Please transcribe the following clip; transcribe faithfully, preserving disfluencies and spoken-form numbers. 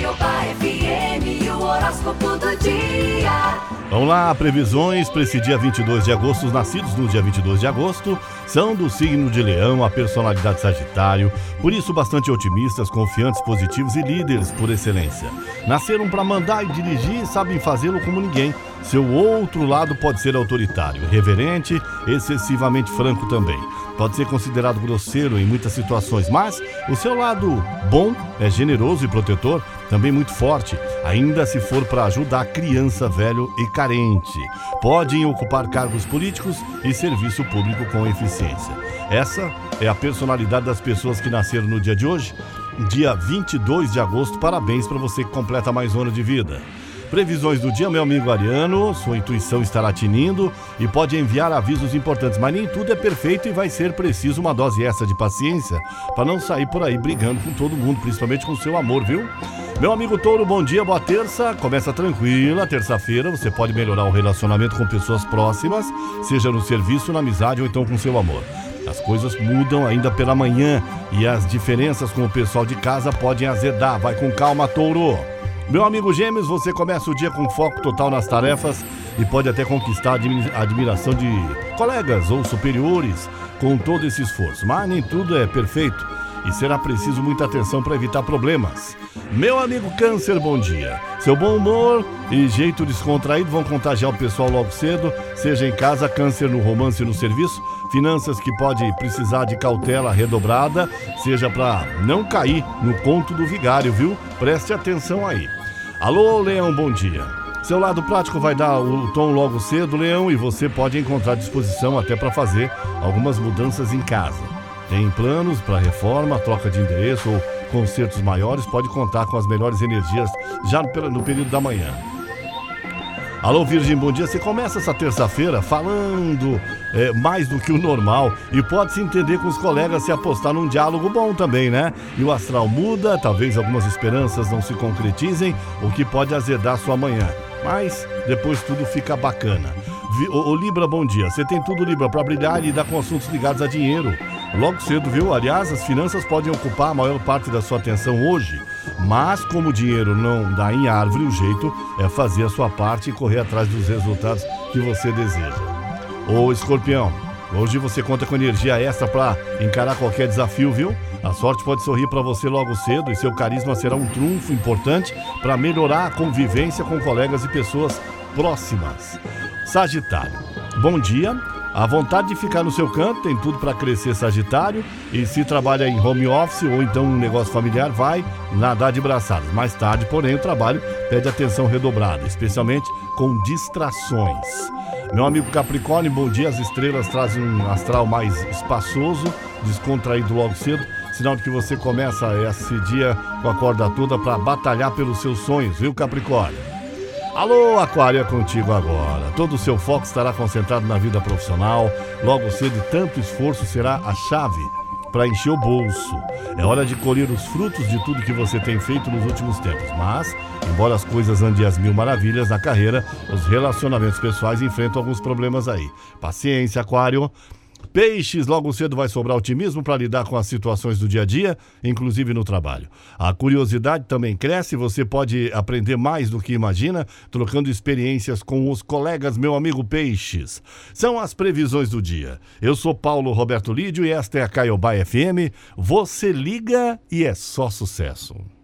Caiobá F M e o horóscopo do dia. Vamos lá, previsões para esse dia vinte e dois de agosto. Os nascidos no dia vinte e dois de agosto são do signo de Leão, a personalidade Sagitário, por isso bastante otimistas, confiantes, positivos e líderes por excelência. Nasceram para mandar e dirigir e sabem fazê-lo como ninguém. Seu outro lado pode ser autoritário, irreverente, excessivamente franco também. Pode ser considerado grosseiro em muitas situações, mas o seu lado bom é generoso e protetor, também muito forte, ainda se for para ajudar criança, velho e carente. Podem ocupar cargos políticos e serviço público com eficiência. Essa é a personalidade das pessoas que nasceram no dia de hoje, dia vinte e dois de agosto. Parabéns para você que completa mais um ano de vida. Previsões do dia, meu amigo Ariano, sua intuição estará tinindo e pode enviar avisos importantes, mas nem tudo é perfeito e vai ser preciso uma dose extra de paciência para não sair por aí brigando com todo mundo, principalmente com o seu amor, viu? Meu amigo Touro, bom dia, boa terça, começa tranquila, terça-feira você pode melhorar o relacionamento com pessoas próximas, seja no serviço, na amizade ou então com seu amor. As coisas mudam ainda pela manhã e as diferenças com o pessoal de casa podem azedar, vai com calma, Touro. Meu amigo Gêmeos, você começa o dia com foco total nas tarefas e pode até conquistar a admiração de colegas ou superiores com todo esse esforço. Mas nem tudo é perfeito e será preciso muita atenção para evitar problemas. Meu amigo Câncer, bom dia. Seu bom humor e jeito descontraído vão contagiar o pessoal logo cedo, seja em casa, Câncer, no romance e no serviço. Finanças que pode precisar de cautela redobrada, seja para não cair no conto do vigário, viu? Preste atenção aí. Alô, Leão, bom dia. Seu lado prático vai dar o tom logo cedo, Leão, e você pode encontrar disposição até para fazer algumas mudanças em casa. Tem planos para reforma, troca de endereço ou concertos maiores, pode contar com as melhores energias já no período da manhã. Alô, Virgem, bom dia. Você começa essa terça-feira falando é, mais do que o normal e pode se entender com os colegas se apostar num diálogo bom também, né? E o astral muda, talvez algumas esperanças não se concretizem, o que pode azedar sua manhã. Mas depois tudo fica bacana. Ô, ô Libra, bom dia. Você tem tudo, Libra, para brilhar e lidar com assuntos ligados a dinheiro. Logo cedo, viu? Aliás, as finanças podem ocupar a maior parte da sua atenção hoje. Mas como o dinheiro não dá em árvore, o jeito é fazer a sua parte e correr atrás dos resultados que você deseja. Ô Escorpião, hoje você conta com energia extra para encarar qualquer desafio, viu? A sorte pode sorrir para você logo cedo e seu carisma será um trunfo importante para melhorar a convivência com colegas e pessoas próximas. Sagitário, bom dia. A vontade de ficar no seu canto tem tudo para crescer, Sagitário, e se trabalha em home office ou então um negócio familiar, vai nadar de braçadas. Mais tarde, porém, o trabalho pede atenção redobrada, especialmente com distrações. Meu amigo Capricórnio, bom dia. As estrelas trazem um astral mais espaçoso, descontraído logo cedo, sinal de que você começa esse dia com a corda toda para batalhar pelos seus sonhos, viu, Capricórnio? Alô, Aquário, é contigo agora. Todo o seu foco estará concentrado na vida profissional. Logo cedo, e tanto esforço será a chave para encher o bolso. É hora de colher os frutos de tudo que você tem feito nos últimos tempos. Mas, embora as coisas andem às mil maravilhas na carreira, os relacionamentos pessoais enfrentam alguns problemas aí. Paciência, Aquário. Peixes, logo cedo vai sobrar otimismo para lidar com as situações do dia a dia, inclusive no trabalho. A curiosidade também cresce, você pode aprender mais do que imagina, trocando experiências com os colegas, meu amigo Peixes. São as previsões do dia. Eu sou Paulo Roberto Lídio e esta é a Caiobá F M. Você liga e é só sucesso.